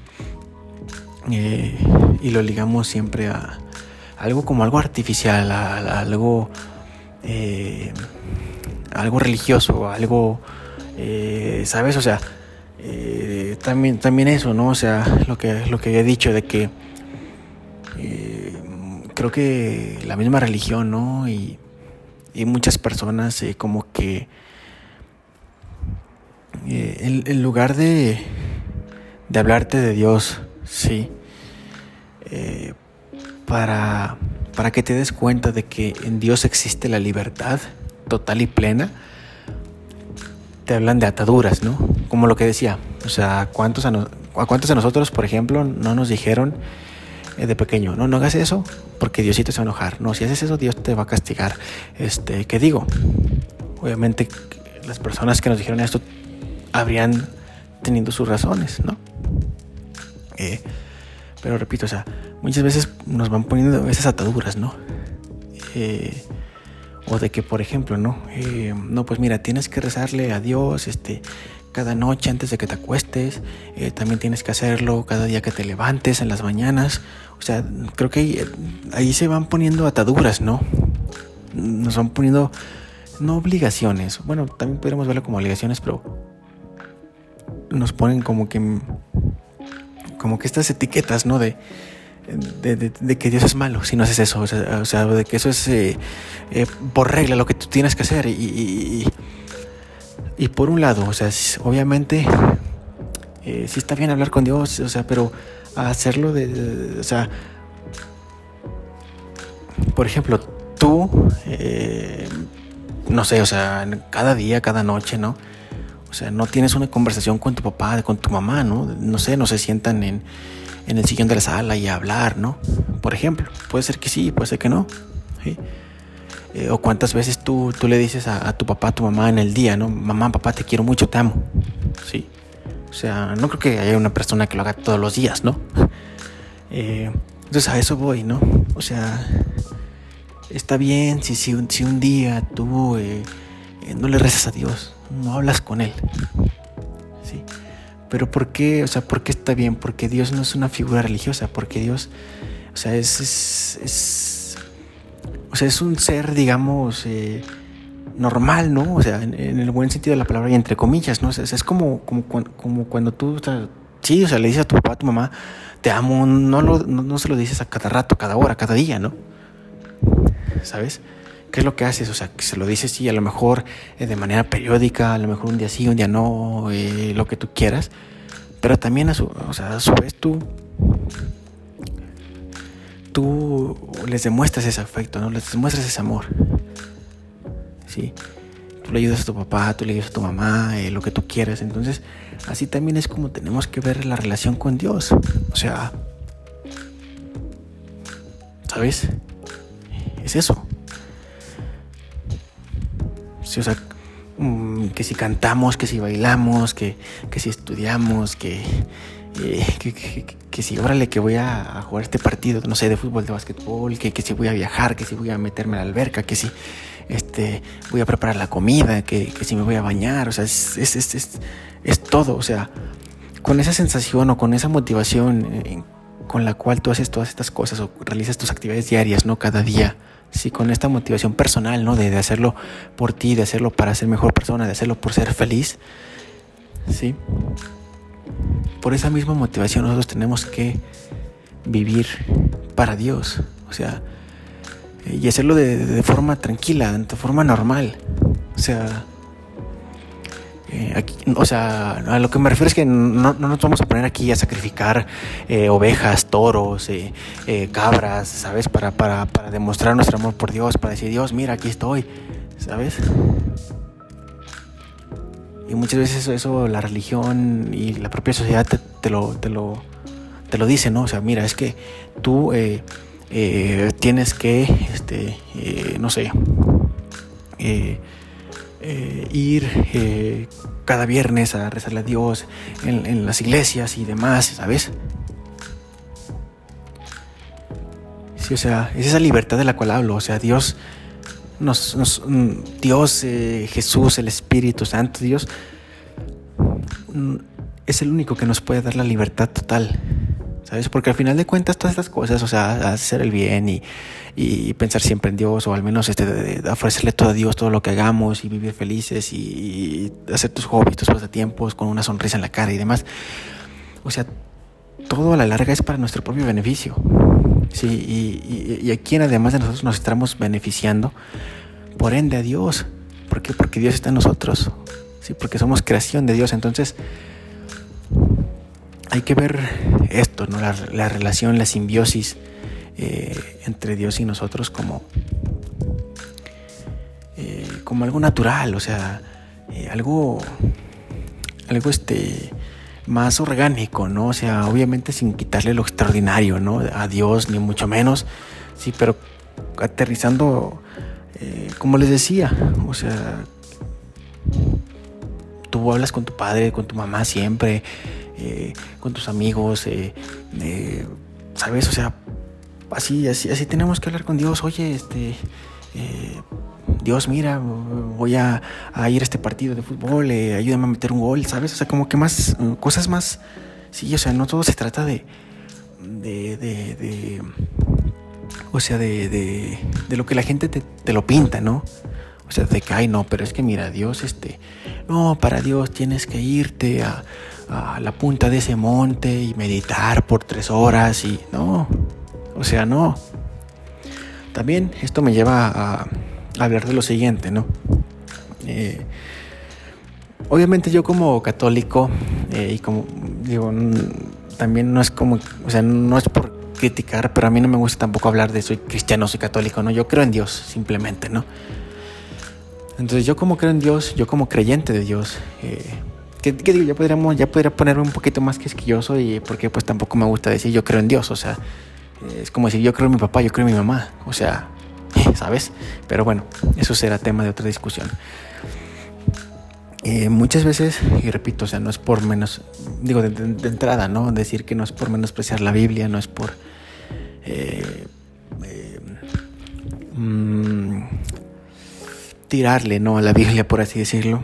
Y lo ligamos siempre a algo como algo artificial, a algo religioso, algo, ¿sabes? O sea, también eso, ¿no? O sea, lo que había dicho de que creo que la misma religión, ¿no? Y muchas personas como que en lugar de hablarte de Dios, sí, para que te des cuenta de que en Dios existe la libertad total y plena, te hablan de ataduras, ¿no? Como lo que decía, o sea, ¿a cuántos de nosotros, por ejemplo, no nos dijeron de pequeño, no hagas eso porque Diosito se va a enojar, no, si haces eso Dios te va a castigar? ¿Qué digo? Obviamente las personas que nos dijeron esto habrían tenido sus razones, ¿no? Pero repito, o sea, muchas veces nos van poniendo esas ataduras, ¿no? O de que, por ejemplo, no, pues mira, tienes que rezarle a Dios cada noche antes de que te acuestes, también tienes que hacerlo cada día que te levantes en las mañanas. O sea, creo que ahí se van poniendo ataduras, ¿no? Nos van poniendo, no obligaciones, bueno, también podríamos verlo como obligaciones, pero nos ponen como que estas etiquetas, ¿no? De que Dios es malo si no haces eso, o sea, de que eso es por regla lo que tú tienes que hacer. Y por un lado, o sea, obviamente sí está bien hablar con Dios, o sea, pero hacerlo o sea, por ejemplo, tú no sé, o sea, cada día, cada noche, ¿no? O sea, no tienes una conversación con tu papá, con tu mamá, ¿no? No sé, no se sientan en el sillón de la sala y a hablar, ¿no? Por ejemplo, puede ser que sí, puede ser que no, ¿sí? O cuántas veces tú le dices a tu papá, a tu mamá en el día, ¿no? Mamá, papá, te quiero mucho, te amo, ¿sí? O sea, no creo que haya una persona que lo haga todos los días, ¿no? Entonces a eso voy, ¿no? O sea, está bien si un día tú no le rezas a Dios, no hablas con Él, ¿sí? Pero ¿por qué? O sea, ¿por qué está bien? Porque Dios no es una figura religiosa, porque Dios, o sea, es un ser, digamos, normal, ¿no? O sea, en el buen sentido de la palabra y entre comillas, ¿no? O sea, es como cuando tú, o sea, sí, o sea, le dices a tu papá, a tu mamá, te amo, no se lo dices a cada rato, cada hora, cada día, ¿no? ¿Sabes? ¿Qué es lo que haces? O sea, que se lo dices, sí, a lo mejor de manera periódica, a lo mejor un día sí, un día no, lo que tú quieras, pero también a su vez tú les demuestras ese afecto, ¿no? Les demuestras ese amor, ¿sí? Tú le ayudas a tu papá, tú le ayudas a tu mamá, lo que tú quieras. Entonces, así también es como tenemos que ver la relación con Dios. O sea, ¿sabes? Es eso. Sí, o sea, que si cantamos, que si bailamos, que si estudiamos, que si órale que voy a jugar este partido, no sé, de fútbol, de básquetbol, que si voy a viajar, que si voy a meterme a la alberca, que si voy a preparar la comida, que si me voy a bañar. O sea, es todo. O sea, con esa sensación o con esa motivación con la cual tú haces todas estas cosas o realizas tus actividades diarias, ¿no? Cada día. Sí, con esta motivación personal, ¿no? De hacerlo por ti, de hacerlo para ser mejor persona, de hacerlo por ser feliz, ¿sí? Por esa misma motivación nosotros tenemos que vivir para Dios, o sea, y hacerlo de forma tranquila, de forma normal. O sea, aquí, o sea, a lo que me refiero es que no nos vamos a poner aquí a sacrificar ovejas, toros, cabras, ¿sabes? Para demostrar nuestro amor por Dios, para decir, Dios, mira, aquí estoy, ¿sabes? Y muchas veces eso la religión y la propia sociedad te lo dice, ¿no? O sea, mira, es que tú tienes que, no sé, ir cada viernes a rezarle a Dios en las iglesias y demás, ¿sabes? Sí, o sea, es esa libertad de la cual hablo. O sea, Dios Dios, Jesús, el Espíritu Santo, Dios es el único que nos puede dar la libertad total, ¿sabes? Porque al final de cuentas todas estas cosas, o sea, hacer el bien y pensar siempre en Dios, o al menos de ofrecerle todo a Dios, todo lo que hagamos y vivir felices y hacer tus hobbies, tus pasatiempos con una sonrisa en la cara y demás. O sea, todo a la larga es para nuestro propio beneficio. Sí, y a quien además de nosotros nos estamos beneficiando, por ende a Dios. ¿Por qué? Porque Dios está en nosotros. Sí, porque somos creación de Dios. Entonces hay que ver esto, ¿no? La relación, la simbiosis entre Dios y nosotros como algo natural, o sea, algo más orgánico, ¿no? O sea, obviamente sin quitarle lo extraordinario, ¿no? A Dios, ni mucho menos, sí, pero aterrizando, como les decía, o sea, tú hablas con tu padre, con tu mamá siempre, con tus amigos, ¿sabes? O sea, así tenemos que hablar con Dios. Oye, Dios, mira, voy a ir a este partido de fútbol, ayúdame a meter un gol, ¿sabes? O sea, como que más, cosas más, sí, o sea, no todo se trata de lo que la gente te lo pinta, ¿no? O sea, de que, ay, no, pero es que mira, Dios, no, para Dios tienes que irte a la punta de ese monte y meditar por 3 horas y no, o sea, no. También esto me lleva a hablar de lo siguiente, ¿no? Obviamente yo como católico y como digo, también no es como, o sea, no es por criticar, pero a mí no me gusta tampoco hablar de soy cristiano, soy católico, ¿no? Yo creo en Dios, simplemente, ¿no? Entonces yo como creo en Dios, yo como creyente de Dios, ¿qué digo? Ya podría ponerme un poquito más quisquilloso y porque pues tampoco me gusta decir yo creo en Dios, o sea, es como decir yo creo en mi papá, yo creo en mi mamá, o sea, ¿sabes? Pero bueno, eso será tema de otra discusión. Muchas veces, y repito, o sea, no es por menos, digo de entrada, ¿no? Decir que no es por menospreciar la Biblia, no es por tirarle, ¿no? A la Biblia, por así decirlo.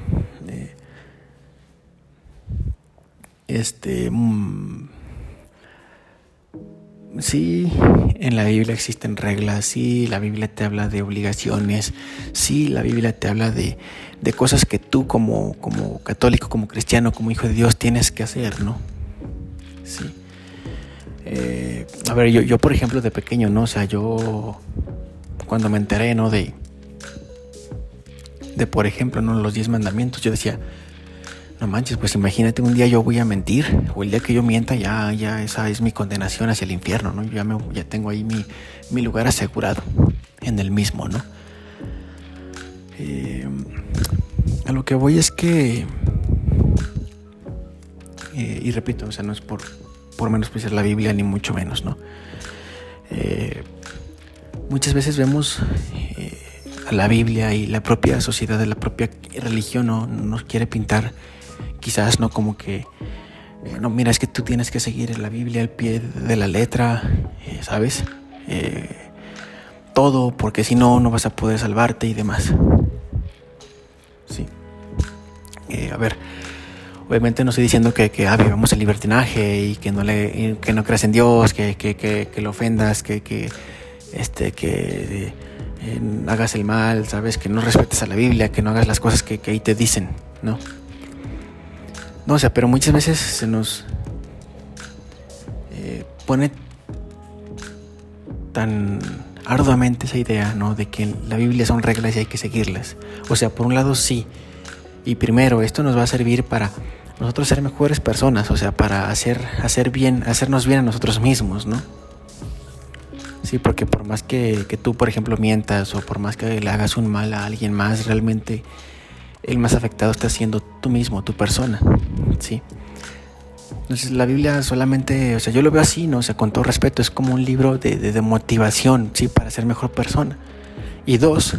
Sí, en la Biblia existen reglas, sí, la Biblia te habla de obligaciones, sí, la Biblia te habla de cosas que tú como católico, como cristiano, como hijo de Dios tienes que hacer, ¿no? Sí. A ver, yo por ejemplo de pequeño, ¿no? O sea, yo cuando me enteré, ¿no? De por ejemplo, ¿no? Los 10 mandamientos, yo decía, no manches, pues imagínate un día yo voy a mentir, o el día que yo mienta ya esa es mi condenación hacia el infierno, ¿no? Yo ya tengo ahí mi lugar asegurado en el mismo, ¿no? A lo que voy es que, y repito, o sea, no es por menospreciar la Biblia, ni mucho menos, ¿no? Muchas veces vemos a la Biblia y la propia sociedad, de la propia religión, ¿no? Nos quiere pintar quizás, ¿no? Como que, no, mira, es que tú tienes que seguir la Biblia al pie de la letra, ¿sabes? Todo, porque si no, no vas a poder salvarte y demás. Sí. A ver, obviamente no estoy diciendo que vivamos el libertinaje y que no creas en Dios, que lo ofendas, que hagas el mal, ¿sabes? Que no respetes a la Biblia, que no hagas las cosas que ahí te dicen, ¿no? No, o sea, pero muchas veces se nos pone tan arduamente esa idea, ¿no? De que la Biblia son reglas y hay que seguirlas. O sea, por un lado sí. Y primero, esto nos va a servir para nosotros ser mejores personas, o sea, para hacernos bien a nosotros mismos, ¿no? Sí, porque por más que tú, por ejemplo, mientas o por más que le hagas un mal a alguien más, realmente el más afectado está siendo tú mismo, tu persona, ¿sí? Entonces la Biblia solamente, o sea, yo lo veo así, ¿no? O sea, con todo respeto, es como un libro de motivación, ¿sí? Para ser mejor persona. Y 2,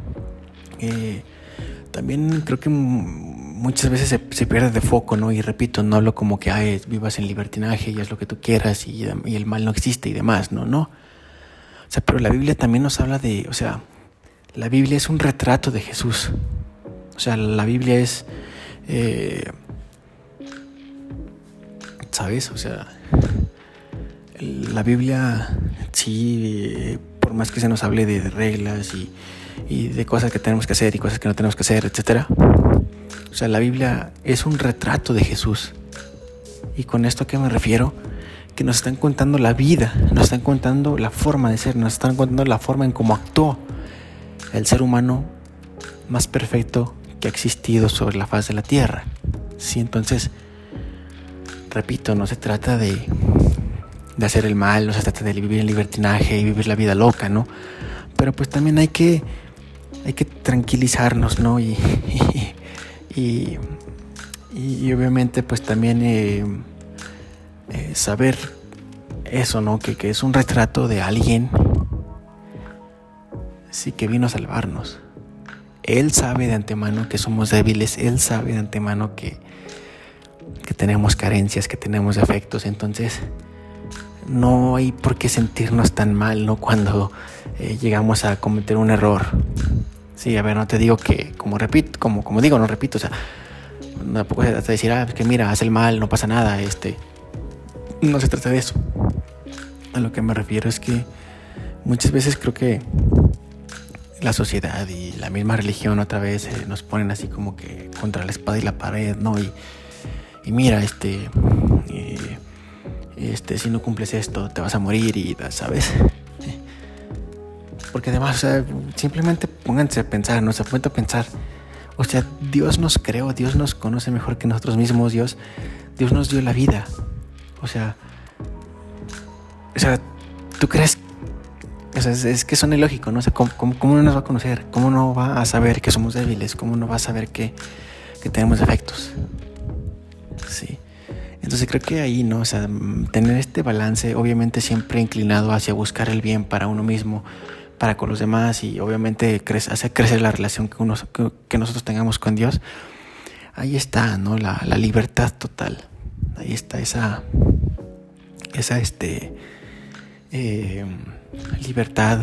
también creo que muchas veces se pierde de foco, ¿no? Y repito, no hablo como que vivas en libertinaje y haz lo que tú quieras y el mal no existe y demás, ¿no? O sea, pero la Biblia también nos habla o sea, la Biblia es un retrato de Jesús. O sea, la Biblia es, ¿sabes? O sea, La Biblia, sí, por más que se nos hable de reglas y de cosas que tenemos que hacer y cosas que no tenemos que hacer, etcétera. O sea, la Biblia es un retrato de Jesús. ¿Y con esto a qué me refiero? Que nos están contando la vida, nos están contando la forma de ser, nos están contando la forma en cómo actuó el ser humano más perfecto que ha existido sobre la faz de la tierra. Sí, entonces, repito, no se trata de hacer el mal, no se trata de vivir en libertinaje y vivir la vida loca, ¿no? Pero pues también hay que tranquilizarnos, ¿no? Y obviamente pues también saber eso, ¿no? Que es un retrato de alguien, sí, que vino a salvarnos. Él sabe de antemano que somos débiles, Él sabe de antemano que tenemos carencias, que tenemos defectos. Entonces no hay por qué sentirnos tan mal, ¿no? Cuando llegamos a cometer un error. Sí, a ver, no te digo que, como digo, no repito, o sea, tampoco se trata de decir, que mira, haz el mal, no pasa nada, no se trata de eso. A lo que me refiero es que muchas veces creo que la sociedad y la misma religión otra vez nos ponen así como que contra la espada y la pared, ¿no? Y mira, si no cumples esto, te vas a morir y, ¿sabes? Porque además, o sea, simplemente pónganse a pensar, ¿no? Se pongan a pensar, o sea, Dios nos creó, Dios nos conoce mejor que nosotros mismos, Dios nos dio la vida. O sea, ¿tú crees? O sea, es que son ilógico, ¿no? O sea, ¿cómo no nos va a conocer? ¿Cómo no va a saber que somos débiles? ¿Cómo no va a saber que tenemos defectos? Sí. Entonces creo que ahí, ¿no? O sea, tener este balance, obviamente siempre inclinado hacia buscar el bien para uno mismo, para con los demás y obviamente hacer crecer la relación que nosotros tengamos con Dios. Ahí está, ¿no? La libertad total. Ahí está esa libertad,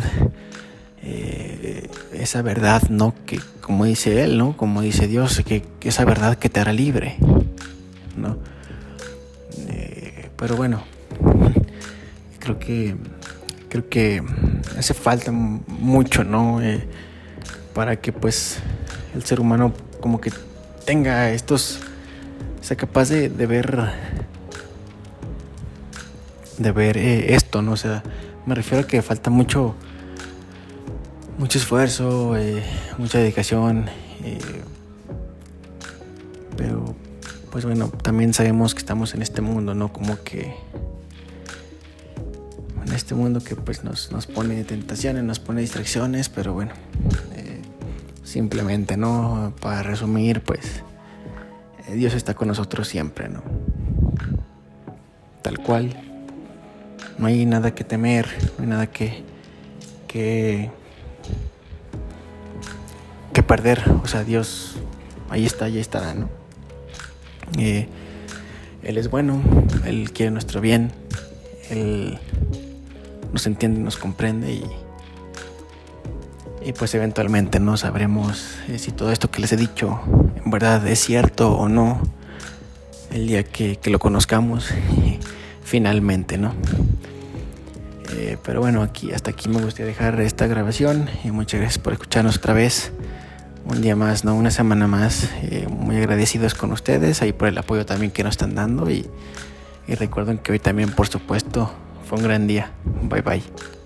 esa verdad, ¿no? Que como dice Él, ¿no? Como dice Dios, que esa verdad que te hará libre, ¿no? Pero bueno, creo que hace falta mucho, ¿no? Para que pues el ser humano como que tenga sea capaz de ver esto, ¿no? O sea, me refiero a que falta mucho esfuerzo, mucha dedicación, pero pues bueno, también sabemos que estamos en este mundo, ¿no? Como que en este mundo que pues nos pone tentaciones, nos pone distracciones, pero bueno, simplemente, ¿no? Para resumir, pues Dios está con nosotros siempre, ¿no? Tal cual. No hay nada que temer, no hay nada que perder. O sea, Dios ahí estará, ¿no? Él es bueno, Él quiere nuestro bien, Él nos entiende, nos comprende y pues eventualmente no sabremos si todo esto que les he dicho en verdad es cierto o no el día que lo conozcamos finalmente, ¿no? Pero bueno, hasta aquí me gustaría dejar esta grabación y muchas gracias por escucharnos otra vez. Un día más, ¿no? Una semana más. Muy agradecidos con ustedes ahí por el apoyo también que nos están dando y recuerden que hoy también, por supuesto, fue un gran día. Bye bye.